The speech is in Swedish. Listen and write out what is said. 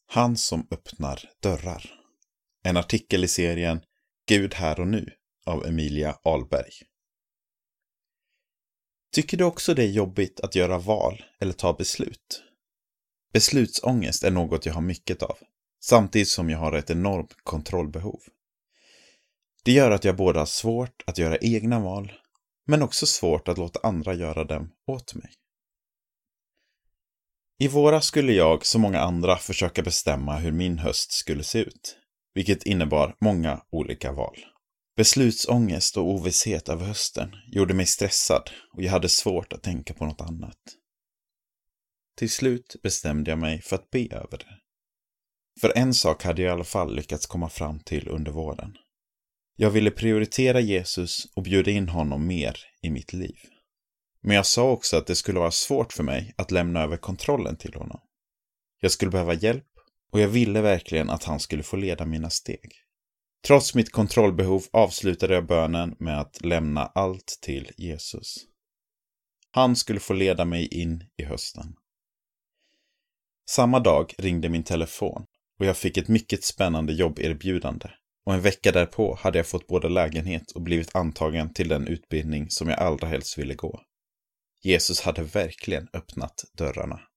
Han som öppnar dörrar. En artikel i serien Gud här och nu av Emilia Ahlberg. Tycker du också det är jobbigt att göra val eller ta beslut? Beslutsångest är något jag har mycket av, samtidigt som jag har ett enormt kontrollbehov. Det gör att jag både har svårt att göra egna val, men också svårt att låta andra göra dem åt mig. I våras skulle jag, som många andra, försöka bestämma hur min höst skulle se ut, vilket innebar många olika val. Beslutsångest och ovisshet över hösten gjorde mig stressad och jag hade svårt att tänka på något annat. Till slut bestämde jag mig för att be över det. För en sak hade jag i alla fall lyckats komma fram till under våren. Jag ville prioritera Jesus och bjuda in honom mer i mitt liv. Men jag sa också att det skulle vara svårt för mig att lämna över kontrollen till honom. Jag skulle behöva hjälp och jag ville verkligen att han skulle få leda mina steg. Trots mitt kontrollbehov avslutade jag bönen med att lämna allt till Jesus. Han skulle få leda mig in i hösten. Samma dag ringde min telefon och jag fick ett mycket spännande jobberbjudande. Och en vecka därpå hade jag fått både lägenhet och blivit antagen till den utbildning som jag allra helst ville gå. Jesus hade verkligen öppnat dörrarna.